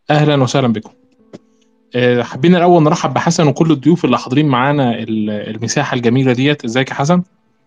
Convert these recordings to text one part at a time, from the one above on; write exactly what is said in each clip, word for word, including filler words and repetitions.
اهلا وسهلا بكم. آه، حابين الاول نرحب بحسن وكل الضيوف اللي حاضرين معانا ال- المساحه الجميله ديت. ازيك يا حسن؟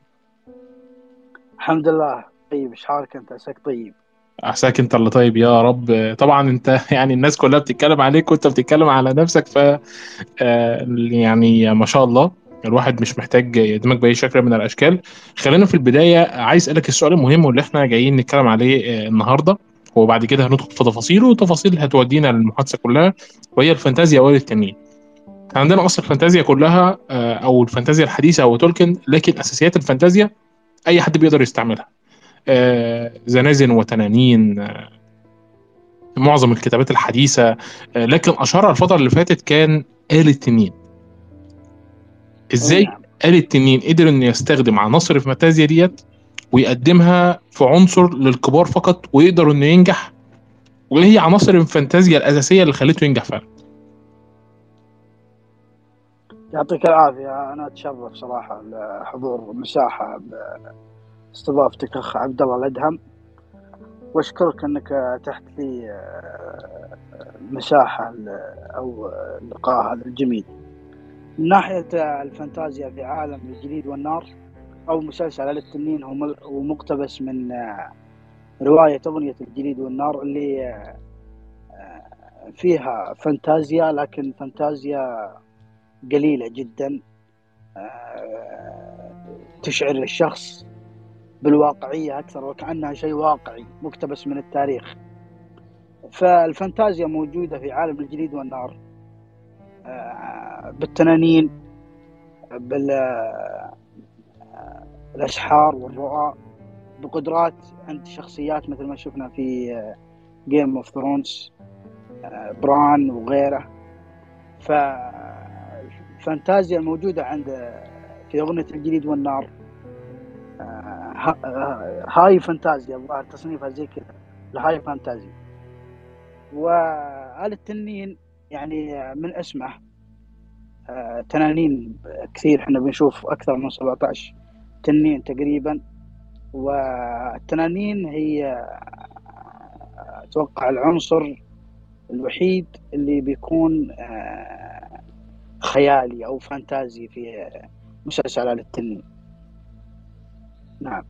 الحمد لله. طيب، ايش حالك انت؟ عساك طيب. عساك انت اللي طيب يا رب. آه، طبعا انت يعني الناس كلها بتتكلم عليك وانت بتتكلم على نفسك، ف آه، يعني ما شاء الله. الواحد مش محتاج يدمج باي شكل من الاشكال. خلينا في البدايه، عايز اسالك السؤال المهم واللي احنا جايين نتكلم عليه آه، النهارده، وبعد كده هندخل في تفاصيله وتفاصيل هتودينا للمحادثه كلها، وهي الفانتازيا والتنين. عندنا اصل الفانتازيا كلها آه، او الفانتازيا الحديثه او تولكن، لكن اساسيات الفانتازيا اي حد بيقدر يستعملها. آه، زنازن وتنانين، آه، معظم الكتابات الحديثه. آه، لكن اشهرها الفتره اللي فاتت كان آلة التنين. اي ازاي نعم. آلة التنين قدر انه يستخدم عناصر الفانتازيا ديت ويقدمها في عنصر للكبار فقط ويقدر انه ينجح؟ وايه هي عناصر الفانتازيا الاساسيه اللي خلته ينجح فعلا؟ يعطيك العافيه، انا اتشرف صراحه لحضور مساحه باستضافتك اخ عبد الله الادهم، واشكرك انك اتحت لي آه، مساحه ل- او اللقاء هذا الجميل. من ناحيه الفانتازيا في عالم الجليد والنار، او مسلسل آلة التنين، هو م- هو مقتبس من آه، روايه اغنيه الجليد والنار، اللي آه، فيها فانتازيا، لكن فانتازيا قليله جدا، آه، تشعر الشخص بالواقعية أكثر، وكأنها شيء واقعي مقتبس من التاريخ. فالفانتازيا موجودة في عالم الجليد والنار، آه، بالتنانين، بالأسحار والرؤى، بقدرات عند شخصيات مثل ما شفنا في جيم اوف ثرونز، بران وغيره. فالفانتازيا الموجودة عند في أغنية الجليد والنار ها- هاي فانتازيا، الظاهر تصنيفها زي كذا، الهاي فانتازيا. وآلة التنين يعني من اسمه، آه، تنانين كثير، احنا بنشوف أكثر من سبعة عشر تنين تقريبا. والتنانين هي آه، أتوقع العنصر الوحيد اللي بيكون آه، خيالي أو فانتازي في مسلسل آلة التنين. نعم.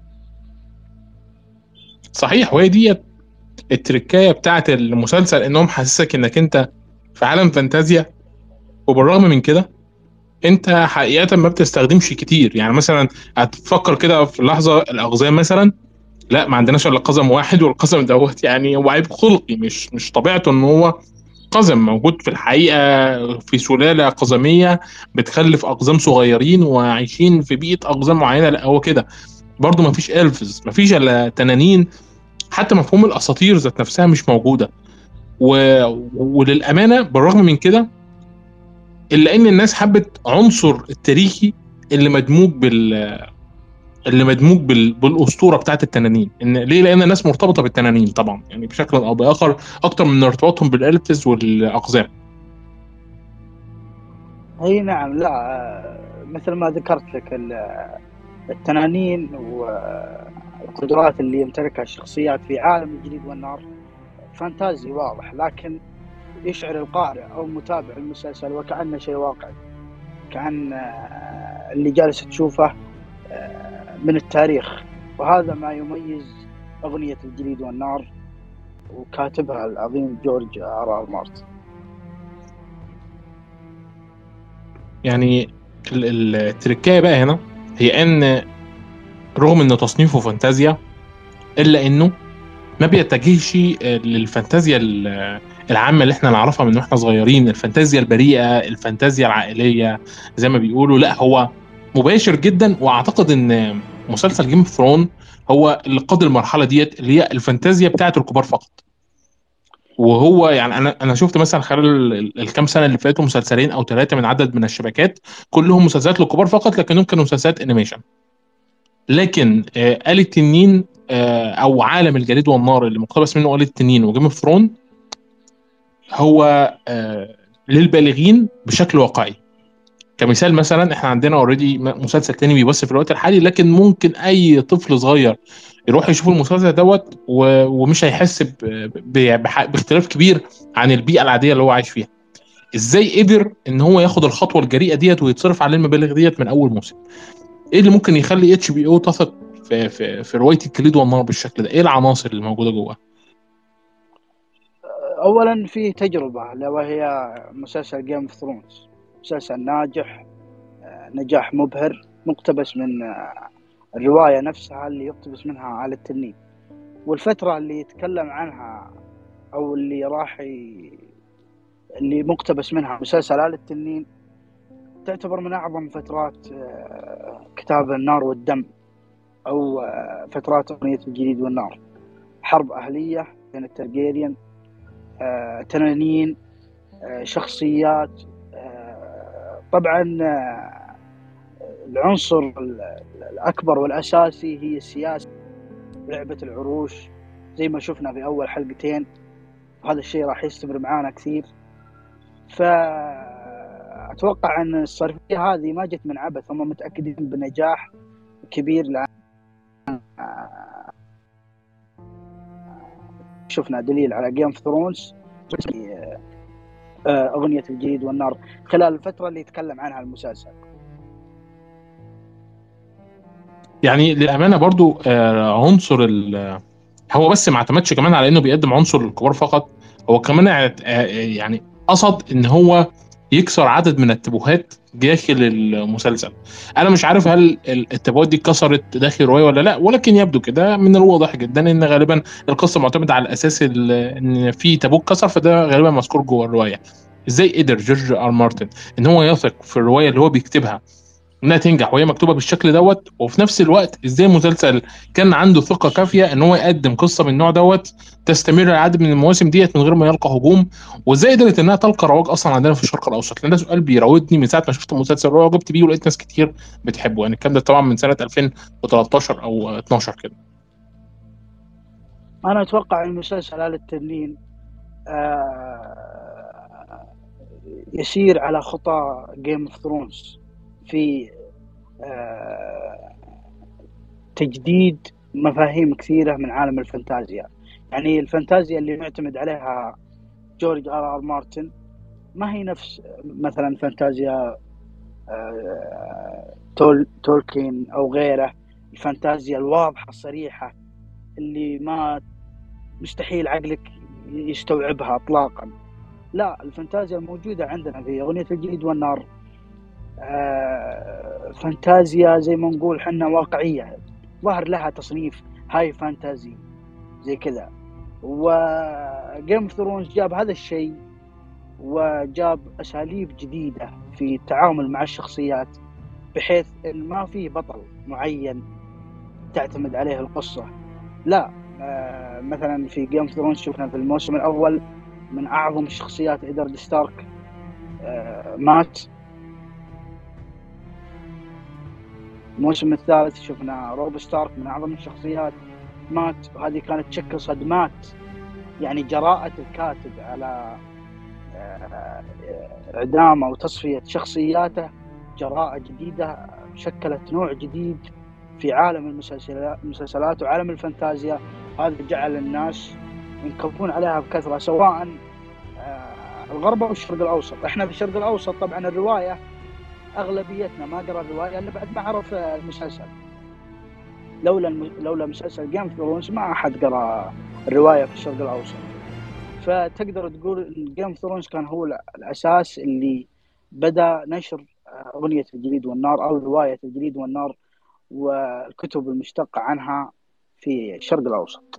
صحيح، وهي ديت التركايه بتاعت المسلسل، انهم حاسسك انك انت في عالم فانتازيا. وبالرغم من كده انت حقيقة ما بتستخدمش كتير. يعني مثلا هتفكر كده في لحظة، الاقزام مثلا، لا ما عندناش الا قزم واحد، والقزم دوت يعني هو عيب خلقي، مش مش طبيعته ان هو قزم موجود في الحقيقة في سلالة قزمية بتخلف أقزام صغيرين وعايشين في بيئة أقزام معينة. لا هو كده برضه. ما فيش ألفز، ما فيش إلا تنانين. حتى مفهوم الأساطير ذات نفسها مش موجودة. و... وللأمانة بالرغم من كده، الا ان الناس حبت عنصر التاريخي اللي مدموج بال اللي مدموج بال... بالاسطوره بتاعت التنانين. ان ليه؟ لان الناس مرتبطه بالتنانين طبعا، يعني بشكل او باخر، اكتر من ارتباطهم بالالفز والاقزام. هي نعم. لا، آه، مثل ما ذكرت لك، التنانين والقدرات اللي يمتلكها الشخصيات في عالم الجليد والنار فانتازي واضح، لكن يشعر القارئ أو متابع المسلسل وكأنه شيء واقعي، كأن آه، اللي جالس تشوفه آه، من التاريخ. وهذا ما يميز أغنية الجليد والنار وكاتبها العظيم جورج آر آر مارتن. يعني ال- ال- التركايه بقى هنا هي ان رغم ان تصنيفه فانتازيا، الا انه ما بيتجهش آه، للفانتازيا ال- العامة اللي احنا نعرفها من واحنا صغيرين، الفانتازيا البريئة، الفانتازيا العائلية زي ما بيقولوا. لا هو مباشر جدا. واعتقد ان مسلسل جيم اوف ثرون هو اللي قاد المرحلة ديت، اللي هي الفانتازيا بتاعت الكبار فقط. وهو يعني انا انا شفت مثلا خلال ال- ال- الكام سنه اللي فاتوا مسلسلين او ثلاثه من عدد من الشبكات، كلهم مسلسلات للكبار فقط لكنهم كانوا مسلسلات انيميشن. لكن آه، آلة التنين آه، او عالم الجليد والنار اللي مقتبس منه آلة التنين وجيم اوف ثرون هو آه، للبالغين بشكل واقعي. كمثال مثلا احنا عندنا اوريدي مسلسل تاني بيبث في الوقت الحالي، لكن ممكن اي طفل صغير يروح يشوف المسلسل دوت و- ومش هيحس ب- ب- بح- باختلاف كبير عن البيئه العاديه اللي هو عايش فيها. ازاي قدر ان هو ياخد الخطوه الجريئه ديت ويتصرف عليه المبالغ ديت من اول موسم؟ ايه اللي ممكن يخلي اتش بي او تثق في في في روايه الجليد والنار بالشكل ده؟ ايه العناصر اللي موجوده جوه؟ اولا في تجربه اللي وهي مسلسل جيم اوف ثرونز، مسلسل ناجح، آه، نجاح مبهر، مقتبس من آه، الروايه نفسها اللي يقتبس منها على التنين. والفتره اللي يتكلم عنها او اللي راح ي... اللي مقتبس منها مسلسل آل التنين تعتبر من اعظم فترات آه، كتاب النار والدم، او آه، فترات اغنيه الجليد والنار. حرب اهليه بين الترجيريان، آه، تنانين، آه، شخصيات، آه، طبعا آه، العنصر الأكبر والأساسي هي السياسة، لعبة العروش زي ما شفنا في أول حلقتين، وهذا الشيء راح يستمر معانا كثير. فأتوقع أن الصرفية هذه ما جت من عبث، هم متأكدين بنجاح كبير، لأن شفنا دليل على جيم اوف ثرونز أغنية الجليد والنار خلال الفترة اللي يتكلم عنها المسلسل. يعني للامانه برضو آه، عنصر ال- هو بس ما اعتمدش كمان على انه بيقدم عنصر للكبار فقط، هو كمان اعت- آه، يعني قصد ان هو يكسر عدد من التابوهات داخل المسلسل. انا مش عارف هل ال- التابوهات دي اتكسرت داخل الروايه ولا لا، ولكن يبدو كده من الواضح جدا ان غالبا القصه معتمده على اساس ال- ان في تابو اتكسر، فده غالبا مذكور جوه الروايه. ازاي قدر جورج ار مارتن ان هو يثق في الروايه اللي هو بيكتبها انها تنجح وهي مكتوبه بالشكل دوت، وفي نفس الوقت ازاي مسلسل كان عنده ثقه كافيه ان هو يقدم قصه من النوع دوت تستمر عدد من المواسم ديت من غير ما يلقى هجوم؟ وازاي قدرت انها تلقى رواج اصلا عندنا في الشرق الاوسط؟ لان ده سؤال بيراودني من ساعه ما شفت المسلسل وعجبت بيه ولقيت ناس كتير بتحبه. يعني الكلام ده طبعا من سنه ألفين وتلتاشر او اتناشر كده. أنا أتوقع أن مسلسل آل التنين آه، يسير على خطى جيم اوف ثرونز في آه، تجديد مفاهيم كثيرة من عالم الفانتازيا. يعني الفانتازيا اللي معتمد عليها جورج آر آر مارتن ما هي نفس مثلا فانتازيا آه، تول تولكين أو غيره، الفانتازيا الواضحة الصريحة اللي ما مستحيل عقلك يستوعبها إطلاقا. لا، الفانتازيا الموجودة عندنا في أغنية الجليد والنار آه، فانتازيا زي ما نقول حنا واقعية، ظهر لها تصنيف هاي فانتازي زي كذا. وجيم اوف ثرونز جاب هذا الشيء وجاب أساليب جديدة في التعامل مع الشخصيات، بحيث إن ما في بطل معين تعتمد عليه القصة. لا، آه مثلا في جيم اوف ثرونز شفنا في الموسم الأول من أعظم الشخصيات إدارد ستارك آه مات. الموسم الثالث شفنا روب ستارك من أعظم الشخصيات مات، وهذه كانت تشكل صدمات. يعني جراءة الكاتب على إعدام أو تصفية شخصياته جراءة جديدة، شكلت نوع جديد في عالم المسلسلات وعالم الفانتازيا. هذا جعل الناس ينكبون عليها بكثرة، سواء الغرب أو الشرق الأوسط. إحنا في الشرق الأوسط طبعا الرواية أغلبيتنا ما قرأ الرواية إلا بعد ما عرف المسلسل. لولا الم... لولا مسلسل جيم اوف ثرونز ما أحد قرأ الرواية في الشرق الأوسط. فتقدر تقول ان جيم اوف ثرونز كان هو الاساس اللي بدا نشر اغنيه الجليد والنار او روايه الجليد والنار والكتب المشتقه عنها في الشرق الاوسط.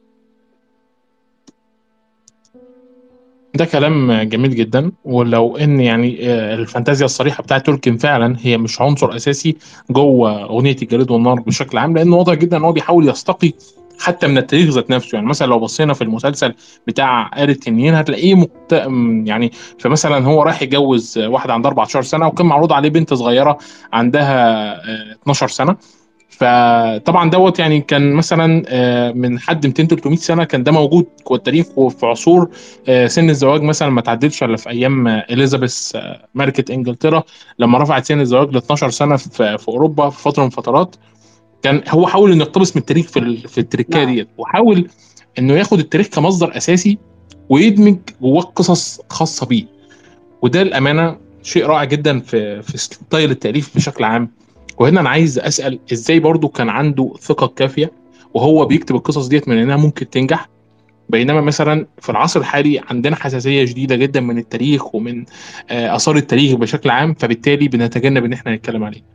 ده كلام جميل جدا. ولو ان يعني آه، الفانتازيا الصريحه بتاعت تولكن فعلا هي مش عنصر اساسي جوه اغنيه الجليد والنار بشكل عام، لان واضح جدا ان هو بيحاول يستقي حتى من التاريخ ذات نفسه. يعني مثلا لو بصينا في المسلسل بتاع آل التنين هتلاقيه مكت... م- يعني فمثلا هو رايح يتجوز واحده عندها اربعتاشر سنه، وكان معروض عليه بنت صغيره عندها آه، اتناشر سنه. فطبعا دوت يعني كان مثلا آه، من حد ميتين تلتمية سنه كان ده موجود جوه التاريخ وفي عصور آه، سن الزواج مثلا ما تعدلش الا في ايام آه، اليزابيث آه، ملكه انجلترا، لما رفعت سن الزواج ل اتناشر سنه في في اوروبا في فتره من الفترات. كان هو حاول انه يقتبس من التاريخ في ال- في التركايه نعم. ديت، وحاول انه ياخد التاريخ كمصدر اساسي ويدمج جواه قصص خاصه بيه. وده الامانه شيء رائع جدا في في ستايل التاليف بشكل عام. وهنا انا عايز اسال ازاي برضو كان عنده ثقه كافيه وهو بيكتب القصص ديت من انها ممكن تنجح، بينما مثلا في العصر الحالي عندنا حساسيه شديده جدا من التاريخ ومن آه، اثار التاريخ بشكل عام، فبالتالي بنتجنب ان احنا نتكلم عليه.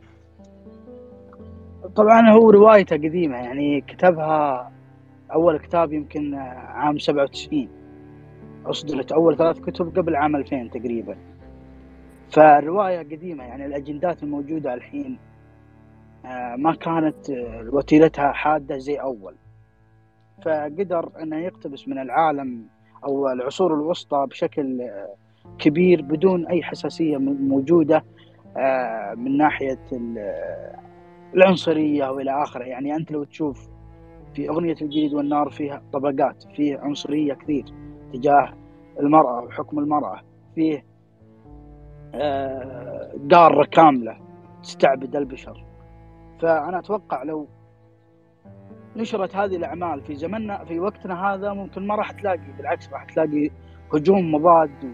طبعا هو روايته قديمة، يعني كتبها أول كتاب يمكن عام سبعة وتسعين، أصدرت أول ثلاث كتب قبل عام ألفين تقريبا. فالرواية قديمة، يعني الأجندات الموجودة الحين آه، ما كانت آه، وتيرتها حادة زي أول، فقدر أنه يقتبس من العالم أو العصور الوسطى بشكل آه، كبير بدون أي حساسية م- موجودة آه، من ناحية ال- آه، العنصرية وإلى آخره. يعني أنت لو تشوف في أغنية الجليد والنار فيها طبقات، فيه عنصرية كثير تجاه المرأة وحكم المرأة، فيه آه، قارة كاملة تستعبد البشر. فأنا أتوقع لو نشرت هذه الأعمال في زمننا في وقتنا هذا ممكن ما راح تلاقي، بالعكس راح تلاقي هجوم مضاد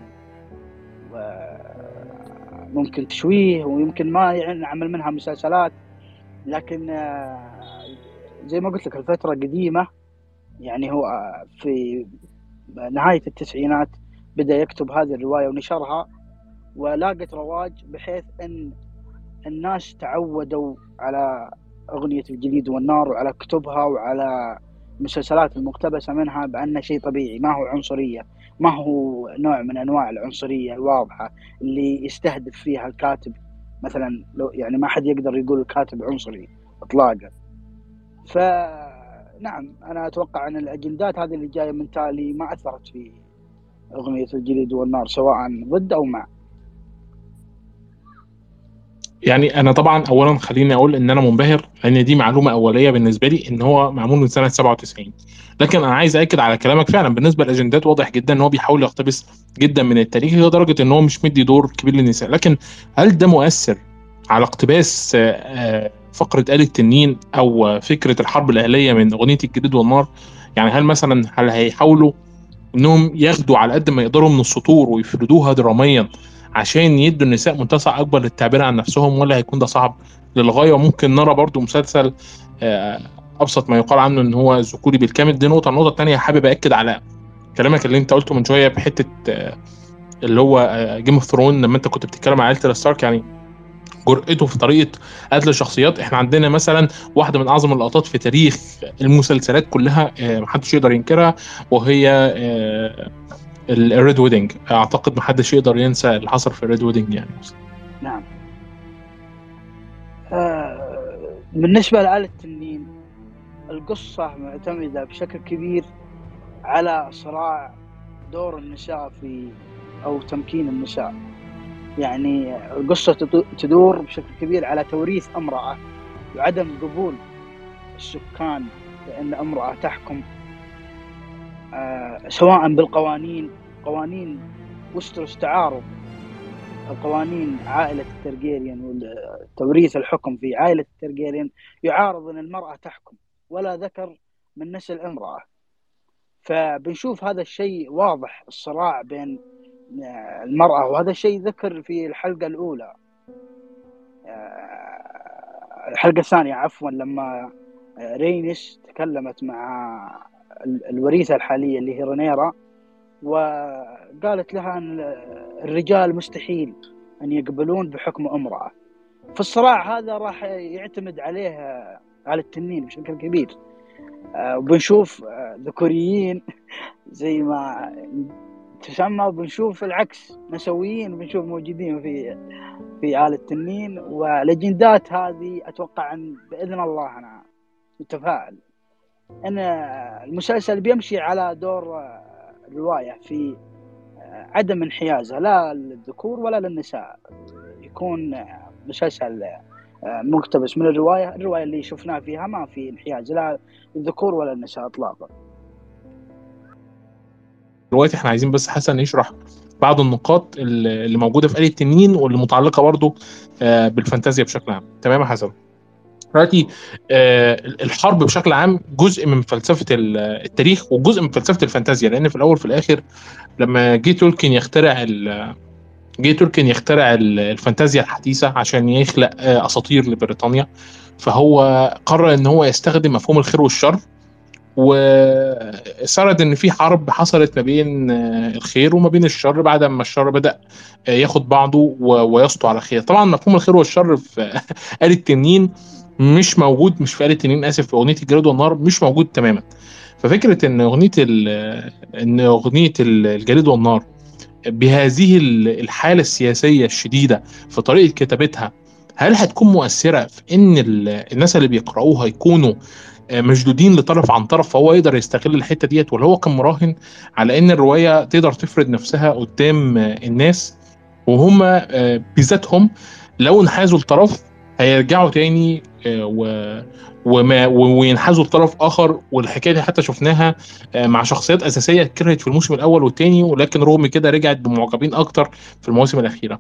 وممكن تشويه، ويمكن ما يعني نعمل منها مسلسلات. لكن آه، زي ما قلت لك الفترة قديمة، يعني هو آه، في نهاية التسعينات بدأ يكتب هذه الرواية ونشرها، ولاقت رواج بحيث أن الناس تعودوا على أغنية الجليد والنار وعلى كتبها وعلى المسلسلات المقتبسة منها بأنه شيء طبيعي، ما هو عنصرية، ما هو نوع من أنواع العنصرية الواضحة اللي يستهدف فيها الكاتب. مثلا لو يعني ما حد يقدر يقول الكاتب عنصري إطلاقا. فنعم أنا أتوقع أن الأجندات هذه اللي جاية من تالي ما أثرت في أغنية الجليد والنار سواء ضد أو مع. يعني انا طبعا اولا خليني اقول ان انا منبهر، لان دي معلومه اوليه بالنسبه لي ان هو معمول من سنه سبعة وتسعين. لكن انا عايز اكد على كلامك، فعلا بالنسبه للاجندات واضح جدا ان هو بيحاول يقتبس جدا من التاريخ لدرجه ان هو مش مدي دور كبير للنساء. لكن هل ده مؤثر على اقتباس آه، آه، فقره آل التنين او آه، فكره الحرب الاهليه من اغنيه الجليد والنار؟ يعني هل مثلا هل هيحاولوا انهم ياخدوا على قد ما يقدروا من السطور ويفردوها دراميا عشان يدوا النساء متسع اكبر للتعبير عن نفسهم، ولا هيكون ده صعب للغايه؟ وممكن نرى برضو مسلسل آه، ابسط ما يقال عنه ان هو ذكوري بالكامل. دي نقطه. النقطه الثانيه حابب اكد على كلامك اللي انت قلته من شويه بحته آه، اللي هو جيم اوف ثرون، لما انت كنت بتتكلم عن عائله الستارك. يعني جرأته في طريقه قتل الشخصيات. احنا عندنا مثلا واحده من اعظم اللقطات في تاريخ المسلسلات كلها، آه، محدش يقدر ينكرها، وهي آه، الريد ويدنج. اعتقد محدش يقدر ينسى اللي حصل في الريد ويدنج يعني. نعم. آه، بالنسبة لآلة التنين، القصة معتمدة بشكل كبير على صراع دور النساء في أو تمكين النساء. يعني القصة تدور بشكل كبير على توريث امرأة وعدم قبول السكان بأن امرأة تحكم، آه، سواء بالقوانين، قوانين وستروس تعارض القوانين عائلة الترجيريان وتوريث الحكم في عائلة الترجيريان يعارض أن المرأة تحكم ولا ذكر من نسل امرأة. فبنشوف هذا الشيء واضح، الصراع بين المرأة، وهذا الشيء ذكر في الحلقة الأولى الحلقة الثانية عفوا، لما رينيس تكلمت مع الوريثة الحالية اللي هي رينيرا، وقالت لها أن الرجال مستحيل أن يقبلون بحكم امرأة. فالصراع هذا راح يعتمد عليه على التنين بشكل كبير، وبنشوف ذكوريين زي ما تسمى، وبنشوف العكس نسويين وبنشوف موجودين في في آل التنين. والليجندات هذه أتوقع أن بإذن الله أنا متفائل أن المسلسل بيمشي على دور الرواية في عدم انحيازها لا للذكور ولا للنساء، يكون مسلسل مقتبس من الرواية. الرواية اللي شفناها فيها ما في انحياز لا للذكور ولا النساء إطلاقا. دلوقتي احنا عايزين بس حسن يشرح بعض النقاط اللي موجوده في آل التنين واللي متعلقه برضو آه، بالفانتازيا بشكل عام. تمام يا حسن؟ دلوقتي آه، الحرب بشكل عام جزء من فلسفه ال- التاريخ وجزء من فلسفه الفانتازيا، لان في الاول في الاخر لما جه تولكين يخترع ال- جه تولكين يخترع ال- الفانتازيا الحديثه عشان يخلق آه، اساطير لبريطانيا، فهو قرر ان هو يستخدم مفهوم الخير والشر، وسرد ان في حرب حصلت ما بين آه، الخير وما بين الشر بعد ما الشر بدأ آه، ياخد بعضه و- ويسطو على خير. طبعا مفهوم الخير والشر في آلة التنين مش موجود، مش في آلة التنين اسف، في اغنية الجليد والنار مش موجود تماما. ففكرة ان اغنية ال- ان اغنية ال- الجليد والنار بهذه ال- الحالة السياسية الشديدة في طريقة كتابتها، هل هتكون مؤثرة في ان ال- الناس اللي بيقرأوها يكونوا آه، مشدودين لطرف عن طرف، فهو يقدر يستغل الحته ديت، ولا هو كان مراهن على ان الروايه تقدر تفرض نفسها قدام آه، الناس، وهم آه، بذاتهم لو انحازوا لطرف هيرجعوا تاني آه، و وما و- وينحازوا لطرف اخر. والحكايه دي حتى شفناها آه، مع شخصيات اساسيه اتكرهت في الموسم الاول والثاني، ولكن رغم كده رجعت بمعجبين اكتر في المواسم الاخيره.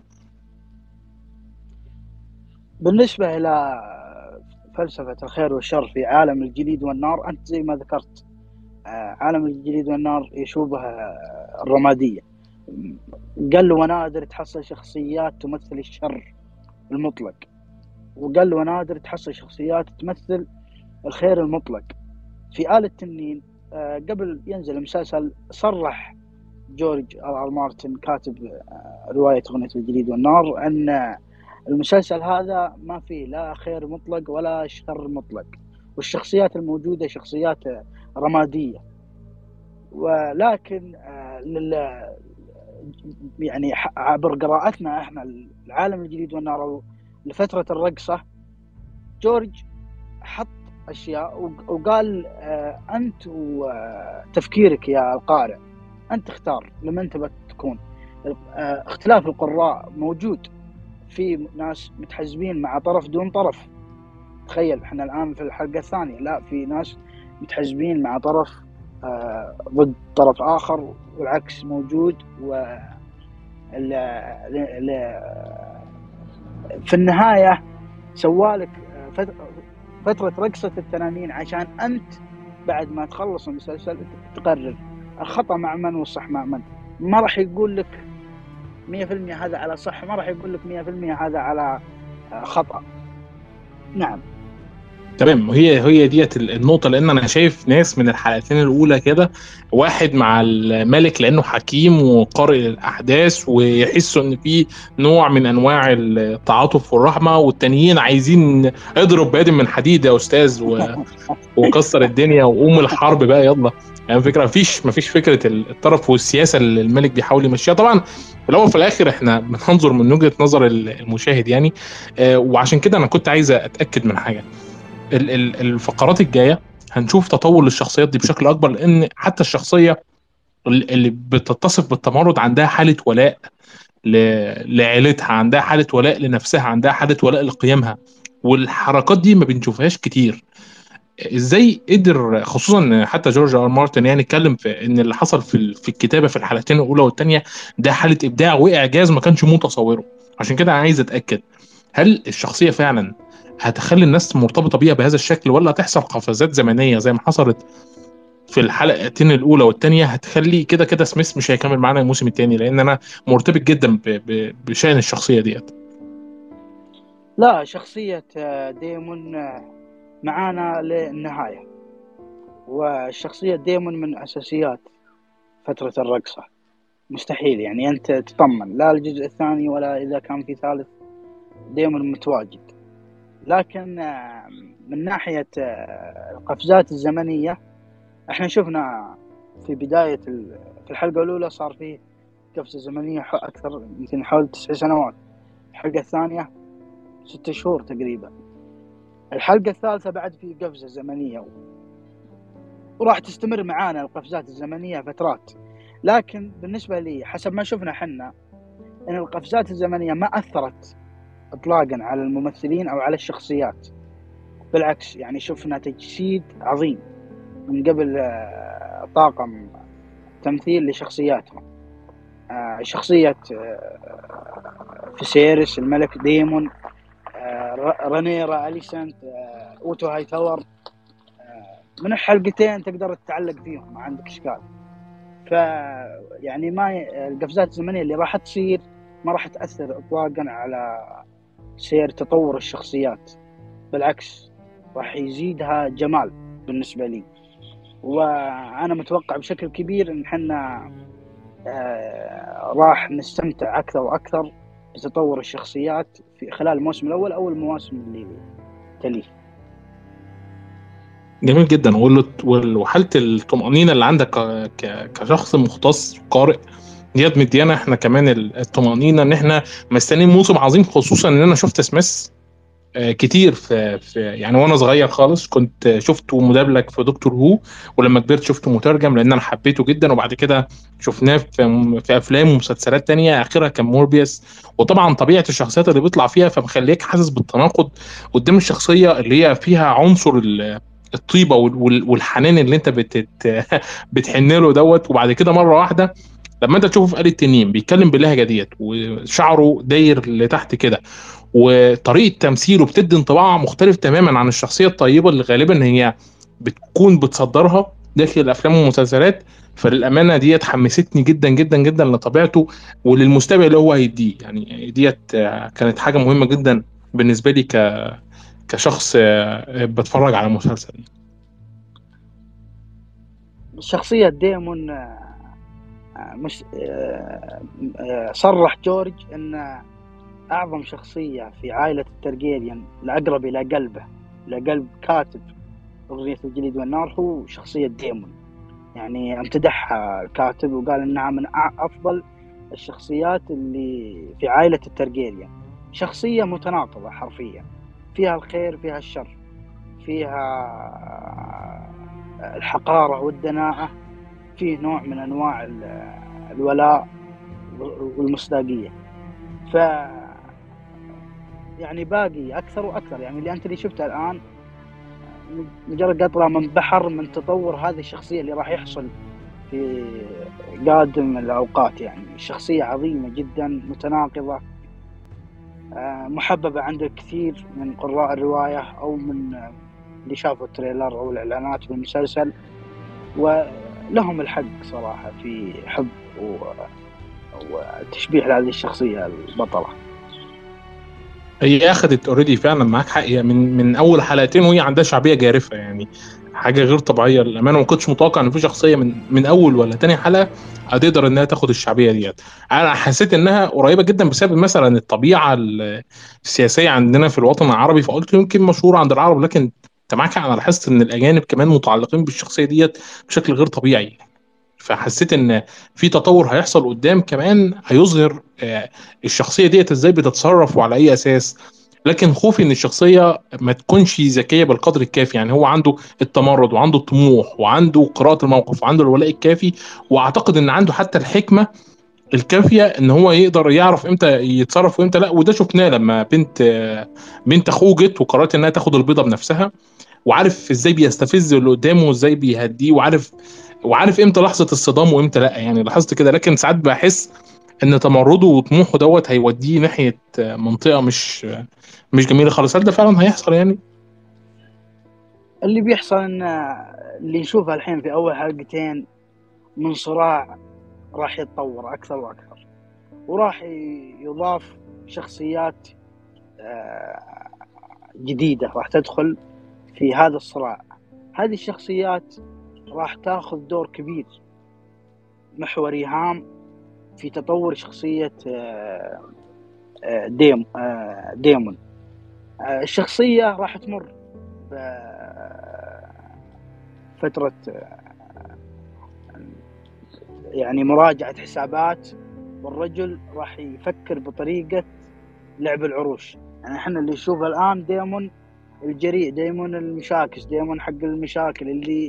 بالنسبة إلى فلسفة الخير والشر في عالم الجليد والنار، أنت زي ما ذكرت آه، عالم الجليد والنار يشوبه آه، الرمادية. قل ونادر تحصل شخصيات تمثل الشر المطلق، وقل ونادر تحصل شخصيات تمثل الخير المطلق. في آلة التنين آه، قبل ينزل المسلسل صرح جورج آر آر مارتن كاتب آه، رواية أغنية الجليد والنار أن المسلسل هذا ما فيه لا خير مطلق ولا شر مطلق، والشخصيات الموجودة شخصيات رمادية. ولكن آه، لل يعني عبر قراءتنا احنا العالم الجديد والنار لفترة الرقصة، جورج حط اشياء وقال آه انت وتفكيرك يا القارئ، انت اختار لمن تبى تكون. آه اختلاف القراء موجود، في ناس متحزبين مع طرف دون طرف. تخيل احنا الان في الحلقة الثانية، لا، في ناس متحزبين مع طرف آه ضد طرف اخر، والعكس موجود. و ال ال في النهاية سوالك فترة رقصة التنانين عشان أنت بعد ما تخلص المسلسل تقرر الخطأ مع من والصح مع من. ما راح يقول لك مية في المية هذا على صح، ما راح يقول لك مية في المية هذا على خطأ. نعم. تمام، وهي هي ديت النقطة، لأن أنا شايف ناس من الحلقتين الأولى كده واحد مع الملك لأنه حكيم وقارئ الأحداث ويحسوا إن في نوع من أنواع التعاطف والرحمة، والتانيين عايزين اضرب بادم من حديد يا أستاذ و... وكسر الدنيا وقوم الحرب بقى يلا. يعني فكرة مفيش مفيش فكرة الطرف والسياسة اللي الملك بيحاول يمشيها. طبعا في الأول وفي الآخر إحنا بننظر من وجهة نظر المشاهد يعني. آه، وعشان كده أنا كنت عايز أتأكد من حاجة. ال- ال- الفقرات الجايه هنشوف تطور للشخصيات دي بشكل اكبر، لان حتى الشخصيه ال- اللي بتتصف بالتمرد عندها حاله ولاء ل- لعيلتها، عندها حاله ولاء لنفسها، عندها حاله ولاء لقيمها، والحركات دي ما بنشوفهاش كتير. ازاي قدر، خصوصا إن حتى جورج ار مارتن يعني اتكلم في ان اللي حصل في ال- في الكتابه في الحلقتين الاولى والثانيه ده حاله ابداع واعجاز ما كانش متصوره. عشان كده انا عايز اتاكد، هل الشخصيه فعلا هتخلي الناس مرتبطه بيها بهذا الشكل، ولا هتحصل قفزات زمنيه زي ما حصلت في الحلقتين الاولى والثانيه هتخلي كده كده سميث مش هيكمل معانا الموسم الثاني؟ لان انا مرتبط جدا ب- ب- بشأن الشخصيه ديت. لا، شخصية ديمون معانا للنهاية، والشخصية ديمون من أساسيات فترة الرقصة. مستحيل يعني أنت تطمن لا الجزء الثاني ولا إذا كان في ثالث ديمون متواجد. لكن من ناحية القفزات الزمنية، احنا شفنا في بداية في الحلقة الأولى صار فيه قفزة زمنية أكثر، يمكن حول تسع سنوات. الحلقة الثانية ست شهور تقريبا. الحلقة الثالثة بعد في قفزة زمنية، وراح تستمر معانا القفزات الزمنية فترات. لكن بالنسبة لي حسب ما شفنا حنا أن القفزات الزمنية ما أثرت إطلاقا على الممثلين أو على الشخصيات، بالعكس يعني شفنا تجسيد عظيم من قبل طاقم تمثيل لشخصياتهم. شخصية فيسيريس الملك، ديمون، رانيرا، أليسنت، اوتو هاي تاور من الحلقتين تقدر تتعلق فيهم ما عندك اشكال. ف يعني ما ي... القفزات الزمنيه اللي راح تصير ما راح تاثر اطلاقا على سير تطور الشخصيات، بالعكس راح يزيدها جمال بالنسبه لي. وانا متوقع بشكل كبير ان احنا آه راح نستمتع اكثر واكثر بتطور الشخصيات في خلال الموسم الاول او المواسم اللي تليه. جميل جدا. وحاله الطمانينه اللي عندك كشخص مختص قارئ ديت مديانا احنا كمان الطمانينه ان احنا مستنيين موسم عظيم، خصوصا ان انا شفت سميث كتير في, في يعني وانا صغير خالص كنت شفته مدبلج في دكتور هو، ولما كبرت شفته مترجم لان انا حبيته جدا، وبعد كده شفناه في, في افلام ومسلسلات تانية، اخرها كان موربيوس. وطبعا طبيعه الشخصيات اللي بيطلع فيها فمخليك حاسس بالتناقض قدام الشخصيه اللي هي فيها عنصر الطيبه والحنان اللي انت بتت بتحن له دوت، وبعد كده مره واحده لما انت تشوفه في آلة التنين بيتكلم باللهجه ديت وشعره داير لتحت كده وطريقه تمثيله بتدي انطباع مختلف تماما عن الشخصيه الطيبه اللي غالبا هي بتكون بتصدرها داخل الافلام والمسلسلات. فللامانه ديت حمستني جدا جدا جدا لطبيعته وللمستقبل اللي هو هيديه. يعني ديت كانت حاجه مهمه جدا بالنسبه لي ك كشخص بتفرج على مسلسل. شخصيه ديمون مش صرح جورج ان اعظم شخصيه في عائله الترجيريان الاقرب الى قلبه لقلب كاتب اغنيه الجليد والنار هو شخصيه ديمون. يعني امتدحها الكاتب وقال انها من افضل الشخصيات اللي في عائله الترجيريان. شخصيه متناقضه حرفيا، فيها الخير فيها الشر، فيها الحقاره والدناءه، فيه نوع من انواع الولاء والمصداقيه. ف يعني باقي اكثر واكثر، يعني اللي انت اللي شفته الان مجرد قطره من بحر من تطور هذه الشخصيه اللي راح يحصل في قادم الاوقات. يعني شخصيه عظيمه جدا متناقضه، محببه عند الكثير من قراء الروايه او من اللي شافوا التريلر او الاعلانات بالمسلسل، ولهم الحق صراحه في حب وتشبيه لهذه الشخصيه البطله. هي اخذت اوريدي فعلا معاك حق، من من اول حلقتين وهي عندها شعبيه جارفه، يعني حاجه غير طبيعيه للامانه. ما كنتش متوقع ان في شخصيه من من اول ولا تاني حلقه هتقدر انها تاخد الشعبيه ديت. انا حسيت انها قريبه جدا بسبب مثلا الطبيعه السياسيه عندنا في الوطن العربي، فقلت يمكن مشهوره عند العرب، لكن انت معاك. انا لاحظت ان الاجانب كمان متعلقين بالشخصيه ديت بشكل غير طبيعي، فحسيت ان في تطور هيحصل قدام كمان هيظهر الشخصيه ديت ازاي بتتصرف وعلى اي اساس. لكن خوفي ان الشخصيه ما تكونش ذكيه بالقدر الكافي. يعني هو عنده التمرد وعنده الطموح وعنده قراءه الموقف وعنده الولاء الكافي، واعتقد ان عنده حتى الحكمه الكافيه ان هو يقدر يعرف امتى يتصرف وامتى لا. وده شفناه لما بنت بنت اخوه جت وقررت انها تاخد البيضه بنفسها، وعارف ازاي بيستفز اللي قدامه وازاي بيهديه، وعارف وعارف امتى لحظه الصدام وامتى لا. يعني لاحظت كده، لكن ساعات بحس ان تمرده وطموحه دوت هيوديه ناحيه منطقه مش مش جميله خالص. هل ده فعلا هيحصل؟ يعني اللي بيحصل ان اللي نشوفه الحين في اول حلقتين من صراع راح يتطور اكثر واكثر، وراح يضاف شخصيات جديده راح تدخل في هذا الصراع. هذه الشخصيات راح تاخذ دور كبير محوري هام في تطور شخصيه ديم ديمون. الشخصيه راح تمر فتره يعني مراجعه حسابات، والرجل راح يفكر بطريقه لعب العروش. يعني احنا اللي نشوفه الان ديمون الجريء، ديمون المشاكس، ديمون حق المشاكل اللي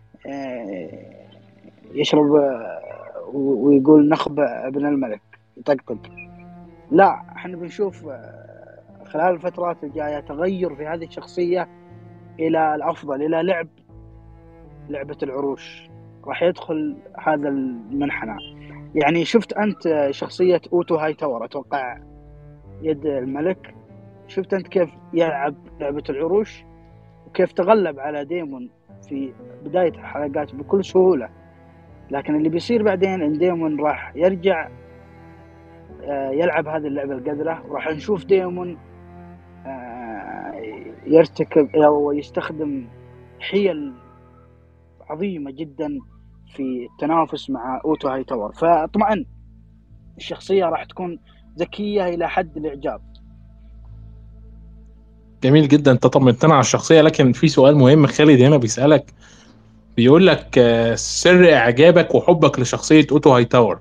يشرب ويقول نخبة ابن الملك يطقطق. لا، احنا بنشوف خلال الفترات الجاية تغير في هذه الشخصية الى الافضل، الى لعب لعبة العروش. راح يدخل هذا المنحنى. يعني شفت انت شخصية اوتو هاي تاور، اتوقع يد الملك، شفت انت كيف يلعب لعبة العروش؟ وكيف تغلب على ديمون في بداية الحلقات بكل سهولة. لكن اللي بيصير بعدين إن ديمون راح يرجع يلعب هذه اللعبة القذرة، وراح نشوف ديمون يرتكب أو يستخدم حيل عظيمة جدا في التنافس مع أوتو هايتاور. فاطمئن، الشخصية راح تكون ذكية إلى حد الإعجاب. جميل جدا، انت طمنتنا على الشخصيه، لكن في سؤال مهم خالد هنا بيسالك، بيقول لك آه، سر اعجابك وحبك لشخصيه اوتو هايتاور.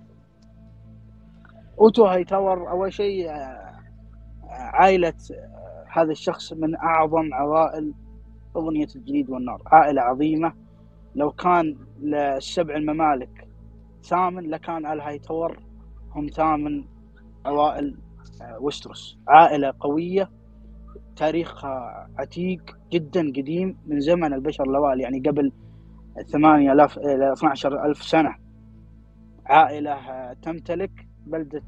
أوتو هايتاور أول شيء عائلة هذا الشخص من أعظم عوائل أغنية الجليد والنار، عائلة عظيمة. لو كان للسبع الممالك ثامن لكان آل هايتاور هم ثامن عوائل وستروس. عائلة قوية، تاريخها عتيق جدا، قديم من زمن البشر الأوائل، يعني قبل ثمانية آلاف إلى اثنا عشر ألف سنة. عائلة تمتلك بلدة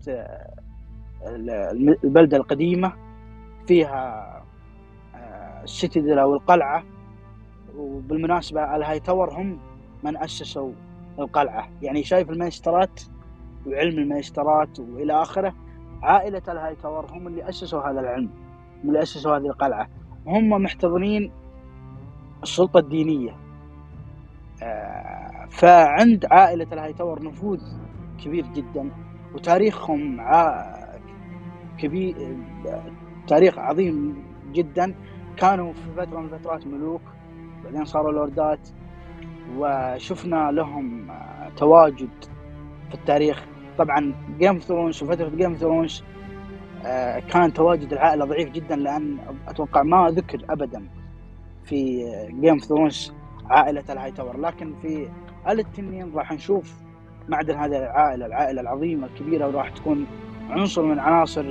البلدة القديمة، فيها السيتادل أو القلعة. وبالمناسبة الهايتاور هم من أسسوا القلعة، يعني شايف المايسترات وعلم المايسترات وإلى آخره، عائلة الهايتاور هم اللي أسسوا هذا العلم، هم اللي أسسوا هذه القلعة، هم محتضنين السلطة الدينية. فعند عائلة الهايتاور نفوذ كبير جدا، وتاريخهم كبير، تاريخ عظيم جدا. كانوا في فترة من فترات ملوك، بعدين صاروا لوردات، وشفنا لهم تواجد في التاريخ. طبعا جيم اوف ثرونز وفترة جيم اوف ثرونز كان تواجد العائلة ضعيف جدا، لأن أتوقع ما ذكر أبدا في جيم اوف ثرونز عائلة الهايتاور. لكن في آلة التنين راح نشوف معدن هذه العائلة، العائلة العظيمة الكبيرة، وراح تكون عنصر من عناصر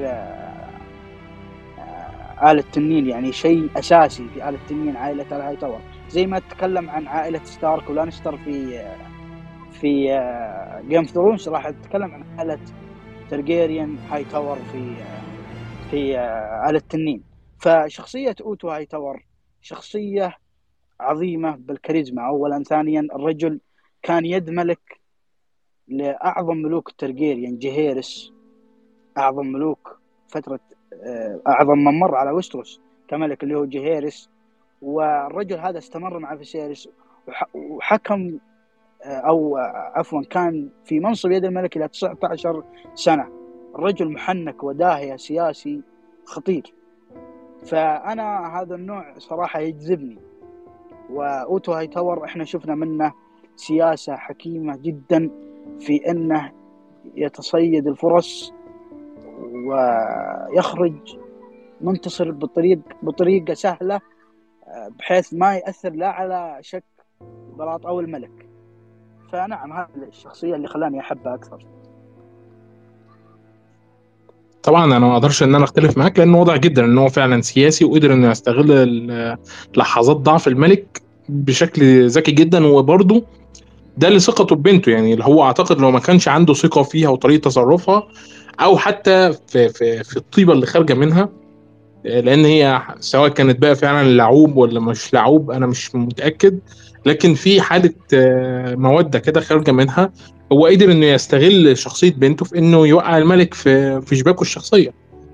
آلة التنين، يعني شيء أساسي في آلة التنين عائلة الهايتاور. زي ما تتكلم عن عائلة ستارك ولانستر في في جيم اوف ثرونز، راح نتكلم عن عائلة ترجيريان هايتاور في في آلة التنين. فشخصية أوتو هايتاور شخصية عظيمة بالكاريزما أولا. ثانيا الرجل كان يد ملك لأعظم ملوك الترجيريان، جيهيرس، أعظم ملوك فترة، أعظم من مر على وستروس كملك اللي هو جيهيرس. والرجل هذا استمر مع فيسيريس وحكم، أو عفوا كان في منصب يد الملك إلى تسعة عشر سنة. الرجل محنك وداهية سياسي خطير. فأنا هذا النوع صراحة يجذبني. وأوتو هايتاور إحنا شفنا منه سياسة حكيمة جدا في أنه يتصيد الفرص ويخرج منتصر بطريق بطريقة سهلة، بحيث ما يأثر لا على شك بلاط أو الملك. فنعم، هذه الشخصية اللي خلاني أحبها أكثر. طبعا انا ما اقدرش ان انا اختلف معاك، لانه واضح جدا ان هو فعلا سياسي، وقدر انه يستغل لحظات ضعف الملك بشكل ذكي جدا. وبرضه ده اللي ثقته ببنته، يعني اللي هو اعتقد لو ما كانش عنده ثقة فيها وطريقة تصرفها، او حتى في في في الطيبة اللي خارجة منها، لان هي سواء كانت بقى فعلا لعوب ولا مش لعوب انا مش متأكد، لكن في حالة مودة كده خارجة منها، هو قدر انه يستغل شخصية بنته في انه يوقع الملك في في شباكه الشخصية.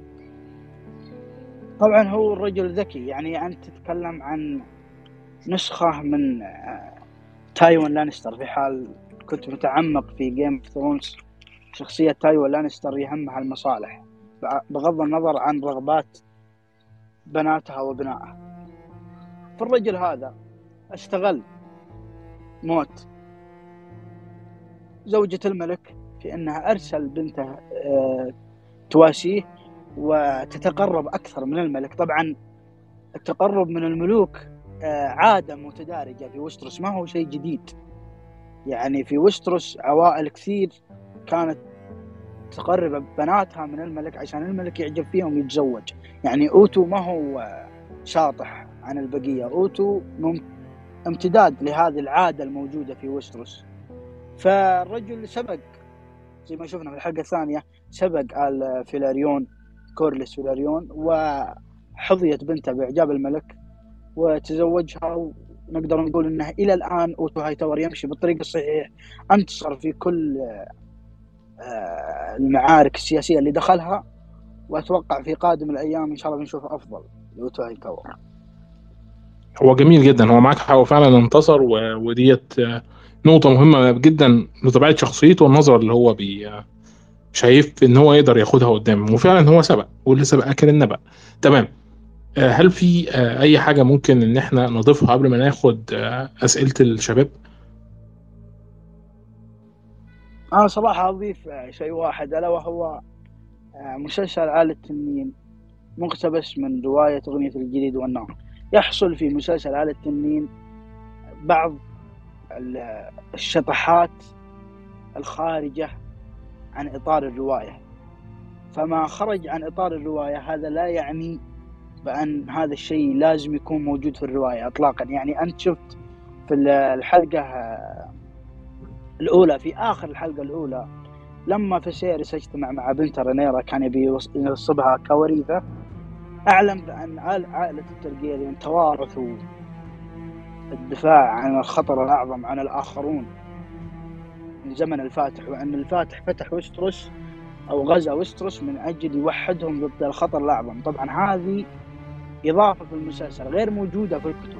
طبعا هو الرجل ذكي، يعني أنت تتكلم عن نسخة من تايوان لانستر. في حال كنت متعمق في جيم اوف ثرونز، شخصية تايوان لانستر يهمها المصالح بغض النظر عن رغبات بناتها وبنائها. فالرجل هذا استغل موت زوجة الملك في أنها أرسل بنته تواسيه وتتقرب أكثر من الملك. طبعا التقرب من الملوك عادة متدارجة في وستروس، ما هو شيء جديد. يعني في وستروس عوائل كثير كانت تقرب بناتها من الملك عشان الملك يعجب فيهم يتزوج. يعني أوتو ما هو شاطح عن البقية، أوتو امتداد لهذه العادة الموجودة في وستروس. فالرجل سبق زي ما شفنا في الحلقة الثانية، سبق آل فيلاريون، كورلس فيلاريون، وحظيت بنته بإعجاب الملك وتزوجها، ونقدر نقول انه الى الان اوتو هايتاور يمشي بالطريق الصحيح، انتصر في كل المعارك السياسيه اللي دخلها، واتوقع في قادم الايام ان شاء الله بنشوف افضل لاوتو هايتاور. هو جميل جدا، هو معاك حق، هو فعلا انتصر، و... وديت آه، نقطة مهمة جدا لطبيعة شخصيته والنظرة اللي هو بي... آه، شايف ان هو يقدر ياخدها قدام، وفعلا هو سبق واللي سبق اكل النبأ. تمام. آه، هل في آه، اي حاجة ممكن ان احنا نضيفها قبل ما ناخد آه، اسئلة الشباب؟ انا صراحه اضيف شيء واحد، الا وهو مسلسل آل التنين، مقتبس من روايه اغنيه الجليد والنار. يحصل في مسلسل آل التنين بعض الشطحات الخارجه عن اطار الروايه، فما خرج عن اطار الروايه هذا لا يعني بأن هذا الشيء لازم يكون موجود في الرواية إطلاقا. يعني أنت شفت في الحلقة الأولى، في آخر الحلقة الأولى، لما فيسيريس اجتمع مع بنت رينيرا كان يبي ينصبها كوريثة، أعلم بأن عائلة الترجيريان توارثوا الدفاع عن الخطر الأعظم عن الآخرون من زمن الفاتح، وأن الفاتح فتح وستروس أو غزا وستروس من أجل يوحدهم ضد الخطر الأعظم. طبعا هذه إضافة في المسلسل غير موجودة في الكتب،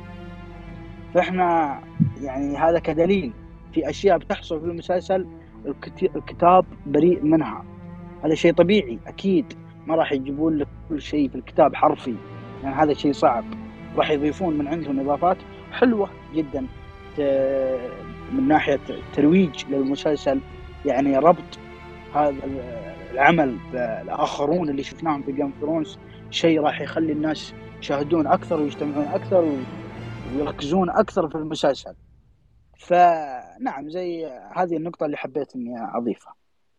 فإحنا يعني هذا كدليل في أشياء بتحصل في المسلسل الكتاب بريء منها. هذا شيء طبيعي، أكيد ما راح يجيبون لك كل شيء في الكتاب حرفي، يعني هذا شيء صعب. راح يضيفون من عندهم إضافات حلوة جدا من ناحية الترويج للمسلسل، يعني ربط هذا العمل بالآخرون اللي شفناهم في جيم اوف ثرونز، شيء راح يخلي الناس يشاهدون أكثر ويجتمعون أكثر ويركزون أكثر في المسلسل. فنعم، زي هذه النقطة اللي حبيت إني أضيفها.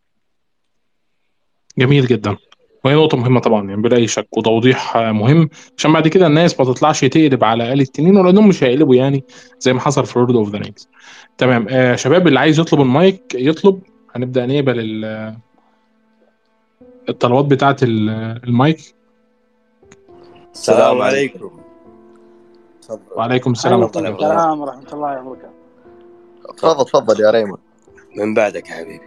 جميل جدا، وهي نقطة مهمة طبعا يعني بلا أي شك، وتوضيح آه، مهم عشان بعد كده الناس ما تطلعش تقلب على آل التنين، ولأنهم مش هيقلبوا يعني زي ما حصل في لورد اوف ذا رينجز. تمام. آه شباب اللي عايز يطلب المايك يطلب، هنبدأ نقبل ال- الطلبات بتاعة ال- المايك. السلام عليكم. وعليكم السلام ورحمة عليكم الله. السلام ورحمة الله وبركاته. تفضل تفضل يا ريمون. من بعدك يا حبيبي.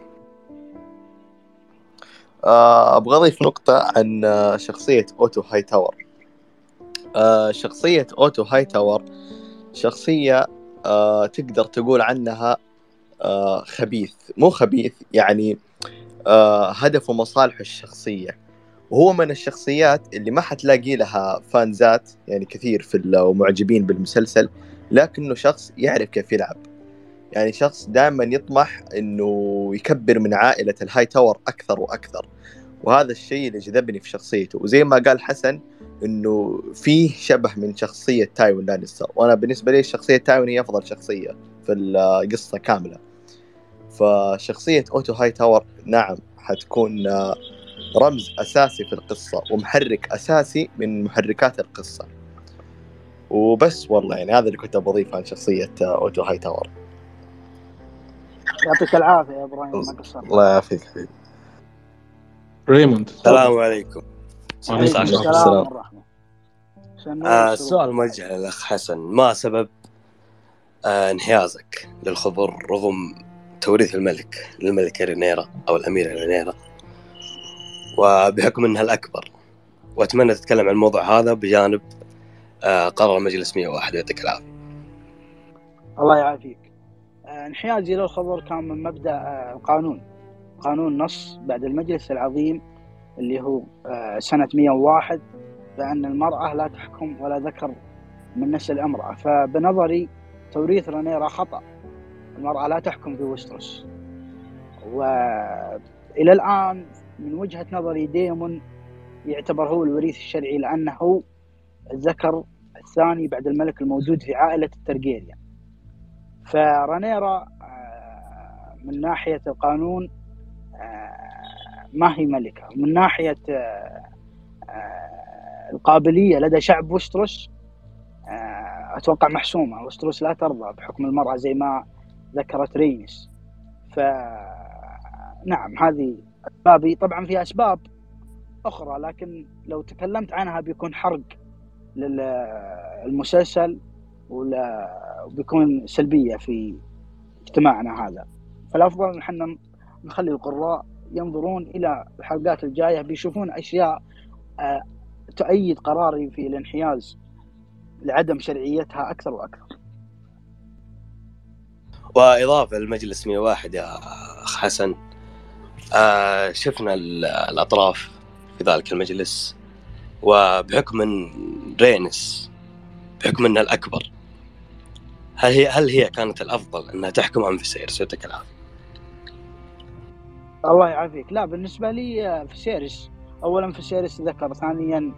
آه، أبغى أضيف نقطة عن آه، شخصية أوتو هايتاور. آه، شخصية أوتو هايتاور شخصية آه، تقدر تقول عنها آه، خبيث، مو خبيث يعني آه، هدفه مصالحه الشخصية، وهو من الشخصيات اللي ما حتلاقي لها فانزات يعني كثير في ومعجبين بالمسلسل، لكنه شخص يعرف كيف يلعب، يعني شخص دائما يطمح انه يكبر من عائلة الهاي تاور اكثر واكثر، وهذا الشيء اللي جذبني في شخصيته. وزي ما قال حسن انه فيه شبه من شخصية تايوين لانستر، وانا بالنسبة لي شخصية تايوين هي افضل شخصية في القصة كاملة. فشخصية اوتو هاي تاور نعم حتكون رمز اساسي في القصة ومحرك اساسي من محركات القصة. وبس والله يعني هذا اللي كنت بضيفه عن شخصية اوتو هاي تاور. يعطيك العافية يا إبراهيم، ما قصرت. الله يعافيك حبيبي. ريموند. السلام عليكم. وعليكم السلام ورحمة الله. آه السؤال موجه للأخ حسن، ما سبب آه انحيازك للخضر رغم توريث الملك للملكة رينيرا أو الأميرة رينيرا، وبحكم أنها الأكبر؟ وأتمنى تتكلم عن الموضوع هذا بجانب آه قرار مجلس مئة وواحد. يعطيك العافية. الله يعافيك. آه انحيازي للخضر كان من مبدأ آه القانون، قانون نص بعد المجلس العظيم اللي هو آه سنة مئة وواحد، بأن المرأة لا تحكم ولا ذكر من نسل امرأة. فبنظري توريث رينيرا خطأ، المرأة لا تحكم في وستروس. وإلى الآن من وجهة نظري ديمون يعتبر هو الوريث الشرعي، لأنه الذكر الثاني بعد الملك الموجود في عائلة الترجيريان. فرينيرا من ناحية القانون ما هي ملكة، من ناحية القابلية لدى شعب وستروس أتوقع محسومة. وستروس لا ترضى بحكم المرأة زي ما ذكرت رينيس. فنعم هذه أسبابي، طبعا في أسباب أخرى لكن لو تكلمت عنها بيكون حرق للمسلسل وبيكون سلبية في اجتماعنا هذا. فالأفضل إن احنا نخلي القراء ينظرون إلى الحلقات الجاية، بيشوفون أشياء تؤيد قراري في الانحياز لعدم شرعيتها أكثر وأكثر. وإضافة للمجلس مئة وواحد يا أخ حسن، آه شفنا الأطراف في ذلك المجلس، وبحكم أن رينيس بحكم أنها الأكبر، هل هي هل هي كانت الأفضل أنها تحكم عن فيسيريس؟ يعطيك العافية. الله يعافيك. لا، بالنسبة لي فيسيريس أولا فيسيريس ذكر، ثانيا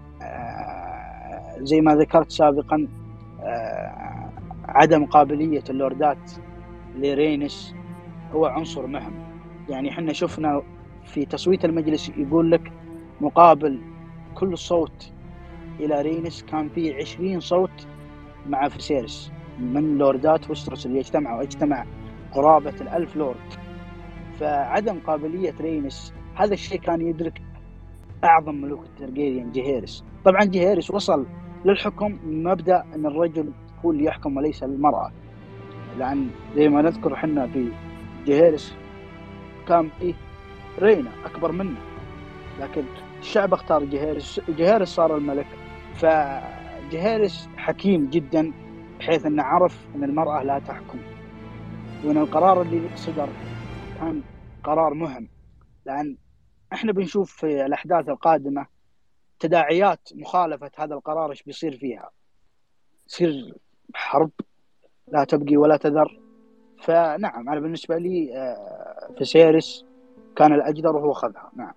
آه زي ما ذكرت سابقا آه عدم قابلية اللوردات لرينيس هو عنصر مهم. يعني احنا شفنا في تصويت المجلس يقول لك مقابل كل صوت إلى رينيس كان فيه عشرين صوت مع فيسيريس من لوردات وستروس اللي يجتمعوا اجتمع قرابة الألف لورد. فعدم قابلية رينيس هذا الشيء كان يدرك أعظم ملوك الترجيريان جيهيرس. طبعا جيهيرس وصل للحكم مبدأ أن الرجل هو اللي يحكم وليس المرأة، لأن زي ما نذكر احنا في جيهيرس كان إيه رينا أكبر منه، لكن الشعب اختار جيهيرس، جيهيرس صار الملك. فجيهيرس حكيم جدا بحيث أنه عرف أن المرأة لا تحكم، وأن القرار اللي صدر كان قرار مهم، لأن احنا بنشوف في الأحداث القادمة تداعيات مخالفة هذا القرار ايش بيصير فيها، يصير حرب لا تبقي ولا تذر. فنعم أنا بالنسبة لي فيسيريس كان الأجدر وهو خذها. نعم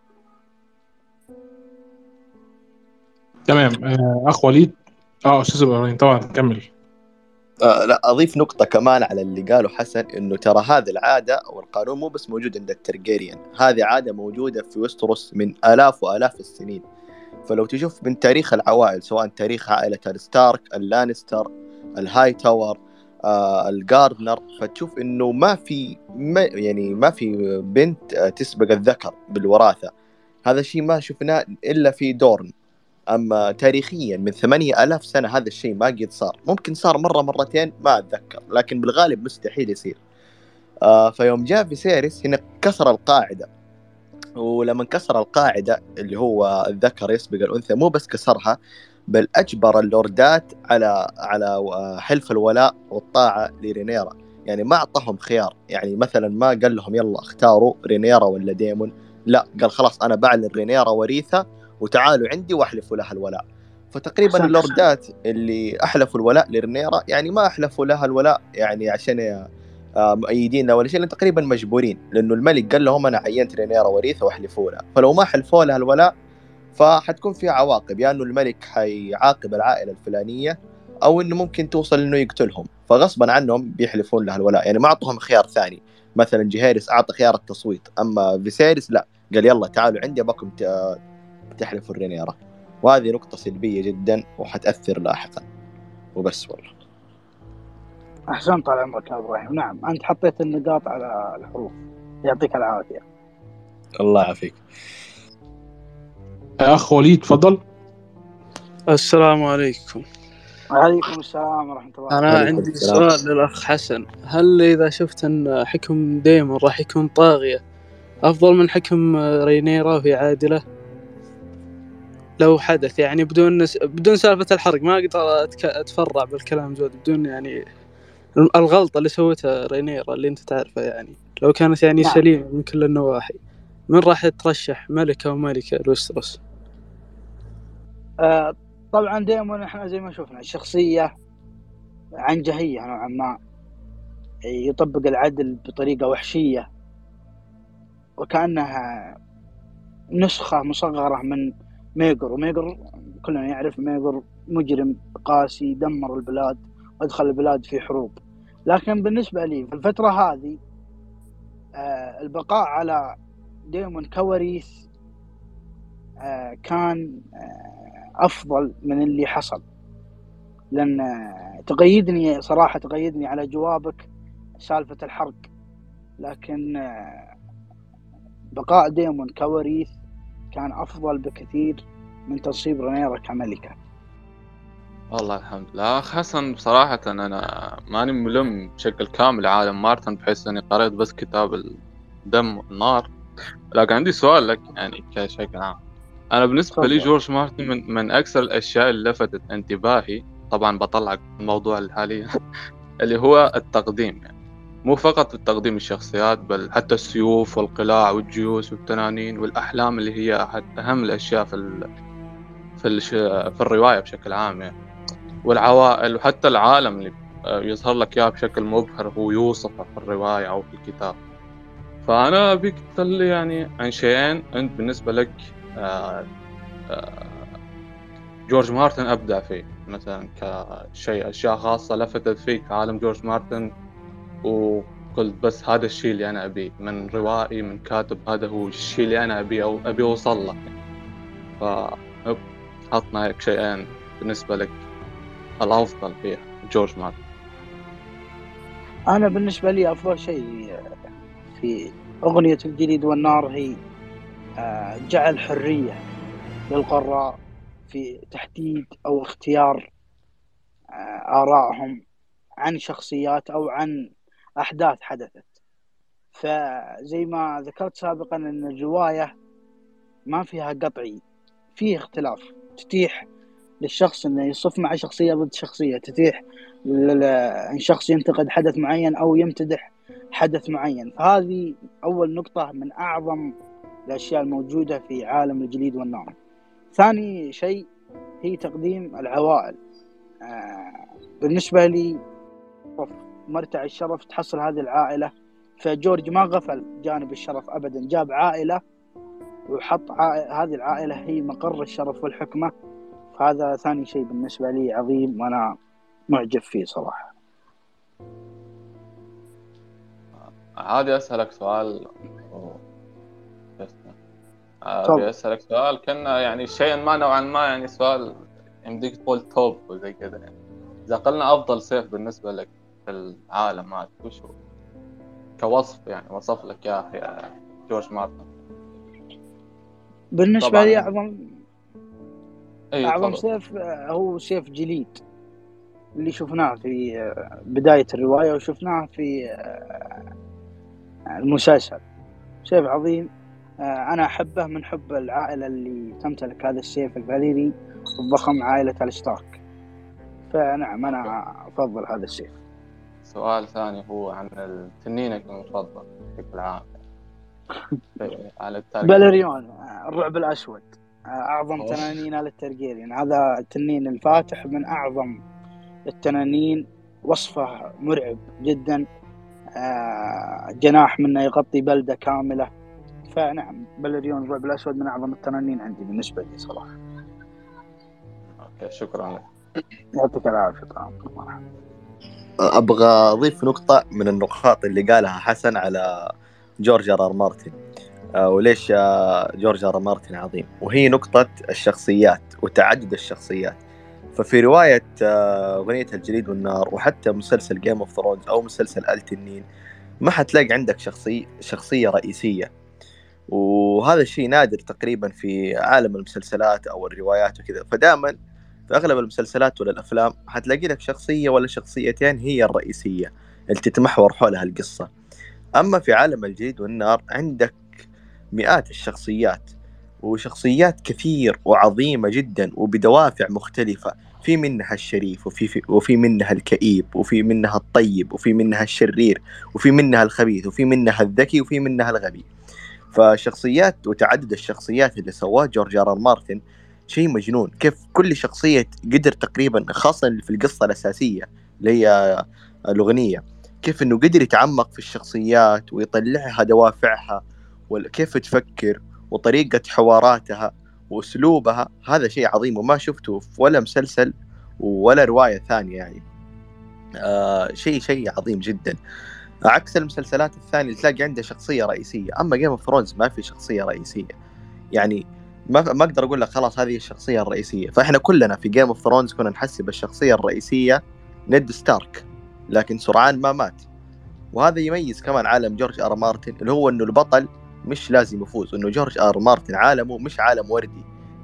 تمام. اخ وليد. اه استاذ ابراهيم طبعا كمل. آه لا، أضيف نقطة كمان على اللي قاله حسن، إنه ترى هذه العادة والقانون مو بس موجود عند الترجيريان، هذه عادة موجودة في ويستروس من آلاف وآلاف السنين. فلو تشوف من تاريخ العوائل، سواء تاريخ عائلة الستارك، اللانستر، الهاي تاور، آه، الجاردنر، فتشوف إنه ما في ما يعني ما في بنت تسبق الذكر بالوراثة. هذا الشيء ما شفناه إلا في دورن. أما تاريخيا من ثمانية آلاف سنة هذا الشيء ما قد صار. ممكن صار مرة مرتين ما أتذكر، لكن بالغالب مستحيل يصير. آه فيوم جاء فيسيريس هنا كسر القاعدة. ولما كسر القاعدة اللي هو الذكر يسبق الأنثى، مو بس كسرها بل أجبر اللوردات على على حلف الولاء والطاعة لرينيرا. يعني ما أعطاهم خيار، يعني مثلا ما قال لهم يلا اختاروا رينيرا ولا ديمون، لا قال خلاص أنا بعلن رينيرا وريثة وتعالوا عندي واحلفوا لها الولاء. فتقريبا اللوردات اللي أحلفوا الولاء لرينيرا يعني ما أحلفوا لها الولاء يعني عشان مؤيدين له ولا شيء، لأن تقريبا مجبورين، لأنه الملك قال لهم أنا عينت رينيرا وريثة واحلفوا لها. فلو ما حلفوا لها الولاء فحتكون في عواقب، يعني إنه الملك حيعاقب العائلة الفلانية، أو إنه ممكن توصل إنه يقتلهم، فغصبا عنهم بيحلفون لها الولاء. يعني ما أعطوهم خيار ثاني. مثلا جيهيرس أعطى خيار التصويت، أما فيسيريس لا، قال يلا تعالوا عندي أباكم تحلفوا الرينيرا. وهذه نقطة سلبية جدا وحتأثر لاحقا. وبس والله. أحسن طال عمرك يا إبراهيم. نعم أنت حطيت النقاط على الحروف، يعطيك العافية. الله يعافيك. أخ وليد تفضل. السلام عليكم. وعليكم السلام ورحمة الله. أنا عندي السلام. سؤال للأخ حسن، هل إذا شفت أن حكم ديمون راح يكون طاغية أفضل من حكم رينيرا في عادلة لو حدث؟ يعني بدون نس... بدون سالفة الحرق، ما أقدر أتك... أتفرع بالكلام زود، بدون يعني الغلطة اللي سوتها رينيرا اللي أنت تعرفها، يعني لو كانت يعني نعم. سليمة من كل النواحي، من راح ترشح ملكة وملكة لوستروس؟ آه طبعا ديمون احنا زي ما شفنا الشخصية عنجهية نوعا ما، يطبق العدل بطريقة وحشية، وكأنها نسخة مصغرة من ميغر. وميغر كلنا يعرف ميغر مجرم قاسي دمر البلاد وادخل البلاد في حروب. لكن بالنسبة لي في الفترة هذه آه البقاء على ديمون كوريث آه كان آه أفضل من اللي حصل، لأن آه تقيدني صراحة تقيدني على جوابك سالفة الحرق. لكن آه بقاء ديمون كوريث كان أفضل بكثير من تصيب رينيرا كملكة. والله الحمد لله أخ حسن. بصراحة أنا ماني ملم بشكل كامل عالم مارتن، بحيث أني قريت بس كتاب الدم والنار. لكن عندي سؤال لك يعني كشكل عام. أنا بالنسبة لي تفضل. جورج مارتن من, من أكثر الأشياء اللي لفتت انتباهي، طبعا بطلع الموضوع الحالي اللي هو التقديم. يعني مو فقط التقديم الشخصيات، بل حتى السيوف والقلاع والجيوش والتنانين والأحلام اللي هي أحد أهم الأشياء في ال... في, الش... في الرواية بشكل عام يعني. والعوائل وحتى العالم اللي يظهر لك إياه بشكل مبهر هو يوصفه في الرواية أو في الكتاب. فأنا أبيك تقول لي يعني عن شيئين أنت بالنسبة لك آه آه جورج مارتن أبدع فيه، مثلا كشيء أشياء خاصة لفتت فيك في عالم جورج مارتن وقلت بس هذا الشيء اللي أنا أبيه من روائي من كاتب، هذا هو الشيء اللي أنا أبيه أو أبي أوصل له. فحطنا هيك شيئين بالنسبة لك الأفضل فيه جورج مارتن. أنا بالنسبة لي أفضل شيء في أغنية الجليد والنار هي جعل حرية للقراء في تحديد أو اختيار آرائهم عن شخصيات أو عن أحداث حدثت. فزي ما ذكرت سابقا أن الرواية ما فيها قطعي، فيه اختلاف، تتيح للشخص أنه يصف مع شخصية ضد شخصية، تتيح أن شخص ينتقد حدث معين أو يمتدح حدث معين. فهذه أول نقطة من أعظم الأشياء الموجودة في عالم الجليد والنار. ثاني شيء هي تقديم العوائل. آه بالنسبة لي مرتع الشرف تحصل هذه العائلة، فجورج ما غفل جانب الشرف أبدا، جاب عائلة وحط عائلة، هذه العائلة هي مقر الشرف والحكمة. فهذا ثاني شيء بالنسبة لي عظيم وأنا معجب فيه صراحة. عادي أسألك سؤال؟ أبي أسألك سؤال كنا يعني شيئا ما نوعا ما يعني سؤال يمديك تقول توب وزي كذا. يعني إذا قلنا أفضل سيف بالنسبة لك في العالم هذا وش هو كوصف، يعني وصف لك يا جورج مارتن؟ بالنسبة لي أعظم أيه أعظم سيف هو سيف جليد اللي شفناه في بداية الرواية وشفناه في المسلسل. سيف عظيم، أنا أحبه من حب العائلة اللي تمتلك هذا السيف الفاليري الضخم، عائلة الستارك. فنعم أنا أفضل هذا السيف. سؤال ثاني هو عن تنينك المفضل بشكل عام على التارجيريان. باليريون الرعب الأسود، أعظم تنانين للتارجيريان. هذا التنين الفاتح من أعظم التنانين، وصفه مرعب جدا، جناح منه يغطي بلدة كاملة. فنعم باليريون الرعب الأسود من أعظم التنانين عندي بالنسبة لي صراحة. أوكي شكرا لك. يعطيك العافية. طبعا أبغى أضيف نقطة من النقاط اللي قالها حسن على جورج آر آر مارتن، وليش جورج آر آر مارتن عظيم، وهي نقطة الشخصيات وتعدد الشخصيات. ففي رواية أغنية الجليد والنار وحتى مسلسل جيم اوف ثرونز أو مسلسل التنين ما حتلاقي عندك شخصية شخصية رئيسية، وهذا الشيء نادر تقريبا في عالم المسلسلات أو الروايات وكذا. فدائما في أغلب المسلسلات ولا الأفلام حتلاقي لك شخصية ولا شخصيتين هي الرئيسية اللي تتمحور حولها القصة. أما في عالم الجليد والنار عندك مئات الشخصيات، وشخصيات كثير وعظيمة جدا وبدوافع مختلفة، في منها الشريف وفي في وفي منها الكئيب وفي منها الطيب وفي منها الشرير وفي منها الخبيث وفي منها الذكي وفي منها الغبي. فشخصيات وتعدد الشخصيات اللي سواه جورج آر آر مارتن شيء مجنون. كيف كل شخصية قدر تقريبا، خاصة في القصة الأساسية اللي هي الأغنية، كيف إنه قدر يتعمق في الشخصيات ويطلعها دوافعها وكيف تفكر وطريقة حواراتها وأسلوبها. هذا شيء عظيم وما شفته في ولا مسلسل ولا رواية ثانية يعني. آه شيء شيء عظيم جدا، عكس المسلسلات الثانية اللي تلاقي عنده شخصية رئيسية. أما جيم اوف ثرونز ما في شخصية رئيسية، يعني ما ما أقدر أقول لك خلاص هذه الشخصية الرئيسية. فإحنا كلنا في جيم اوف ثرونز كنا نحسب الشخصية الرئيسية نيد ستارك، لكن سرعان ما مات. وهذا يميز كمان عالم جورج آر مارتن، اللي هو إنه البطل مش لازم يفوز، إنه جورج آر مارتن عالمه مش عالم وردي،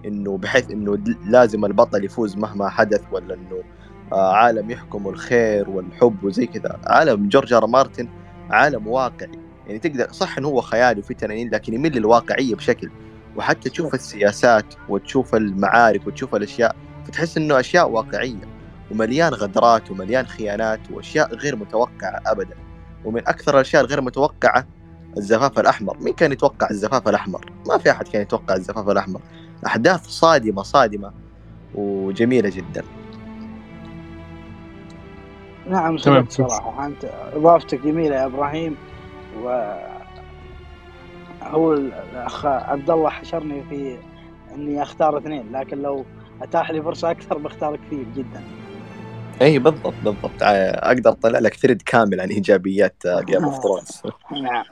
إنه بحيث إنه لازم البطل يفوز مهما حدث، ولا إنه آه عالم يحكم الخير والحب وزي كذا. عالم جورج آر مارتن عالم واقعي، يعني تقدر صح إنه هو خيالي وفي تنانين، لكن يميل للواقعية بشكل، وحتى تشوف السياسات وتشوف المعارك وتشوف الأشياء فتحس إنه أشياء واقعية، ومليان غدرات ومليان خيانات وأشياء غير متوقعة أبدا. ومن أكثر الأشياء الغير متوقعة الزفاف الأحمر. مين كان يتوقع الزفاف الأحمر؟ ما في أحد كان يتوقع الزفاف الأحمر. أحداث صادمة صادمة وجميلة جدا. نعم صدقت صراحة، أنت إضافتك جميلة يا إبراهيم. وهو الأخ عبد الله حشرني في إني أختار اثنين، لكن لو أتاح لي فرصة أكثر بختار كثير جدا. أي بالضبط بالضبط، أقدر أطلع لك ثريد كامل عن إيجابيات جيم اوف ثرونز. نعم.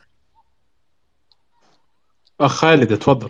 أخ خالد اتفضل.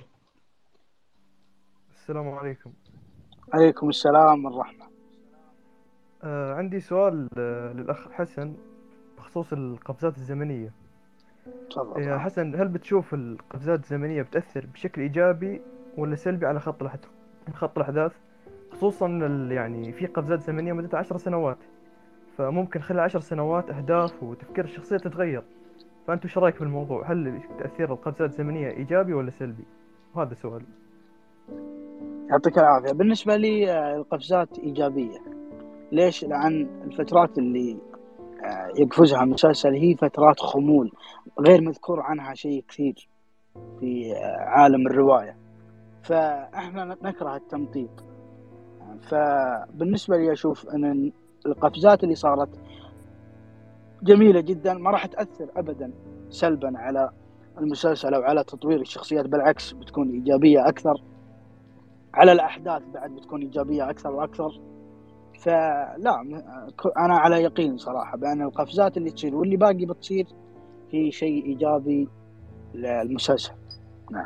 السلام عليكم. عليكم السلام والرحمة. آه عندي سؤال آه للأخ حسن بخصوص القفزات الزمنية. تفضل. يا حسن، هل بتشوف القفزات الزمنية بتأثر بشكل إيجابي ولا سلبي على خط الأحداث؟ خط الأحداث خصوصا يعني في قفزات زمنية مدتها عشر سنوات، فممكن خلال عشر سنوات أهداف وتفكير الشخصية تتغير. فأنتوا شو رأيك بالموضوع؟ هل تأثير القفزات الزمنية إيجابي ولا سلبي؟ وهذا سؤال. يعطيك العافية. بالنسبة لي القفزات إيجابية. ليش؟ لأن الفترات اللي يقفزها المسلسل هي فترات خمول غير مذكور عنها شيء كثير في عالم الرواية، فإحنا نكره التمطيط. فبالنسبة لي أشوف أن القفزات اللي صارت جميلة جدا، ما راح تأثر أبدا سلبا على المسلسل أو على تطوير الشخصيات، بالعكس بتكون إيجابية أكثر على الأحداث، بعد بتكون إيجابية أكثر وأكثر. فلا، أنا على يقين صراحة بأن القفزات اللي تصير واللي باقي بتصير هي شيء إيجابي للمسلسل. نعم.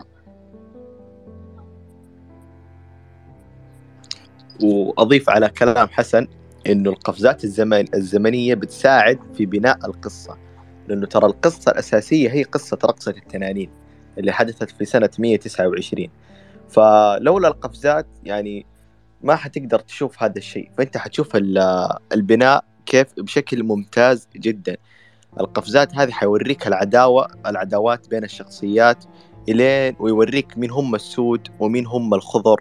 وأضيف على كلام حسن إنه القفزات الزمن الزمنية بتساعد في بناء القصة، لأنه ترى القصة الأساسية هي قصة رقصة التنانين اللي حدثت في سنة مية وتسعة وعشرين، فلولا القفزات يعني ما حتقدر تشوف هذا الشيء. فأنت حتشوف البناء كيف بشكل ممتاز جدا. القفزات هذه حيوريك العداوة العداوات بين الشخصيات إلين ويوريك مين هم السود ومين هم الخضر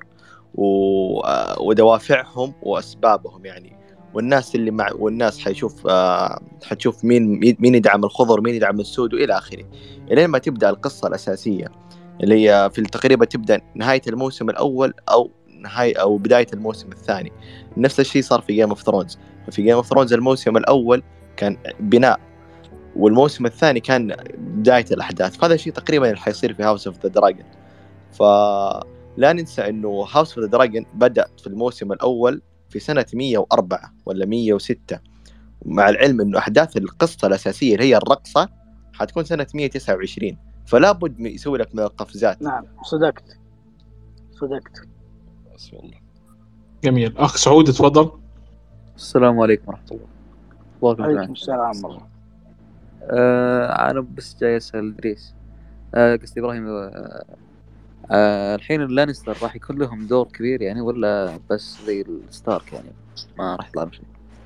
ودوافعهم وأسبابهم يعني، والناس اللي مع والناس حيشوف آه حتشوف مين مين يدعم الخضر مين يدعم السود وإلى آخره، إلين ما تبدأ القصة الأساسية اللي هي في تقريبا تبدأ نهاية الموسم الأول أو نهاية أو بداية الموسم الثاني. نفس الشيء صار في جيم اوف ثرونز. في جيم اوف ثرونز الموسم الأول كان بناء، والموسم الثاني كان بداية الأحداث. فهذا الشيء تقريبا اللي حيصير في هاوس اوف ذا دراجون. فلا ننسى إنه هاوس اوف ذا دراجون بدأ في الموسم الأول في سنة مية وأربعة ولا مية وستة، مع العلم إنه أحداث القصة الأساسية اللي هي الرقصة حتكون سنة مية وتسعة وعشرين، فلا بد يسوي لك من القفزات. نعم صدقت صدقت. بسم الله. جميل. أخ سعود اتفضل. السلام عليكم ورحمة الله. عليكم السلام ورحمة. آه أنا بس جاي أسأل إدريس آه قصدي إبراهيم آه آه الحين اللانستر راح يكون لهم دور كبير يعني ولا بس زي الستارك يعني ما راح يطلع شيء؟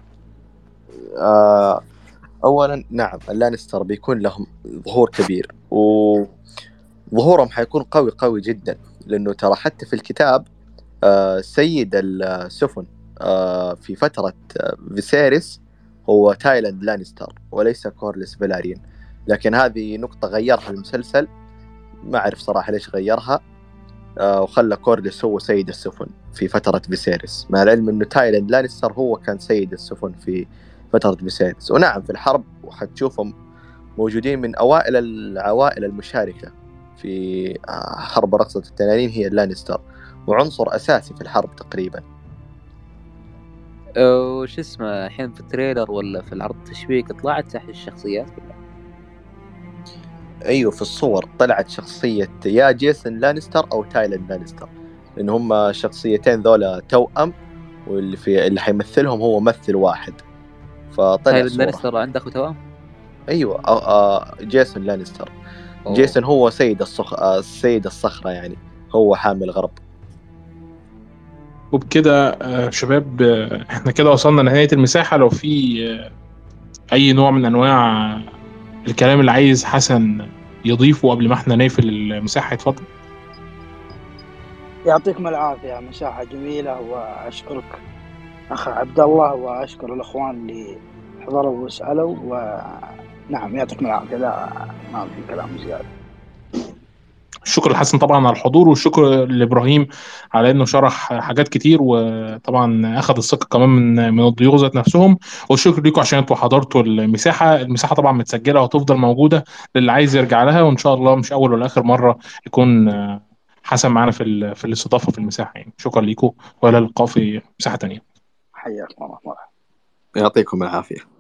آه أولا نعم اللانستر بيكون لهم ظهور كبير، وظهورهم حيكون قوي قوي جدا، لأنه ترى حتى في الكتاب آه سيد السفن آه في فترة آه فيسيريس هو تايلاند لانستر وليس كورلس فالاريون. لكن هذه نقطة غيرها المسلسل، ما أعرف صراحة ليش غيرها آه وخلى كورلس هو سيد السفن في فترة فيسيريس، مع العلم أنه تايلاند لانستر هو كان سيد السفن في فترة فيسيريس. ونعم في الحرب وحتشوفهم موجودين من أوائل العوائل المشاركة في حرب رقصة التنانين هي اللانستر، وعنصر أساسي في الحرب تقريبا. وش اسمه الحين في التريلر ولا في العرض التشويق طلعت تحت الشخصيات ولا؟ أيوه في الصور طلعت شخصية يا جيسون لانستر أو تايلاند لانستر، لأن هم شخصيتين ذولا توأم، واللي في اللي حيمثلهم هو ممثل واحد. فطلع تايلاند لانستر عنده أخو توأم؟ أيوه آه آه جيسون لانستر. أوه. جيسون هو سيد الصخ... آه سيد الصخرة يعني، هو حامل غرب. وبكده آه، شباب، آه، احنا كده وصلنا لنهاية المساحة. لو في آه، أي نوع من أنواع الكلام اللي عايز حسن يضيفه قبل ما احنا نقفل المساحة، يتفضل. يعطيكم العافية، مساحة جميلة، وأشكرك أخ عبد الله، وأشكر الأخوان اللي حضروا وسألوا، ونعم يعطيكم العافية. لا ما في كلام زيادة. الشكر لحسن طبعا على الحضور، والشكر لابراهيم على انه شرح حاجات كتير، وطبعا اخذ الثقه كمان من من الضيوف ذات نفسهم. والشكر لكم عشان انتوا حضرتوا المساحه. المساحه طبعا متسجله وهتفضل موجوده للي عايز يرجع لها، وان شاء الله مش اول ولا اخر مره يكون آه، حسن معانا في ال- في الاستضافه في المساحه. يعني شكرا لكم، والى اللقاء في مساحه تانيه. حياكم الله. يعطيكم العافيه.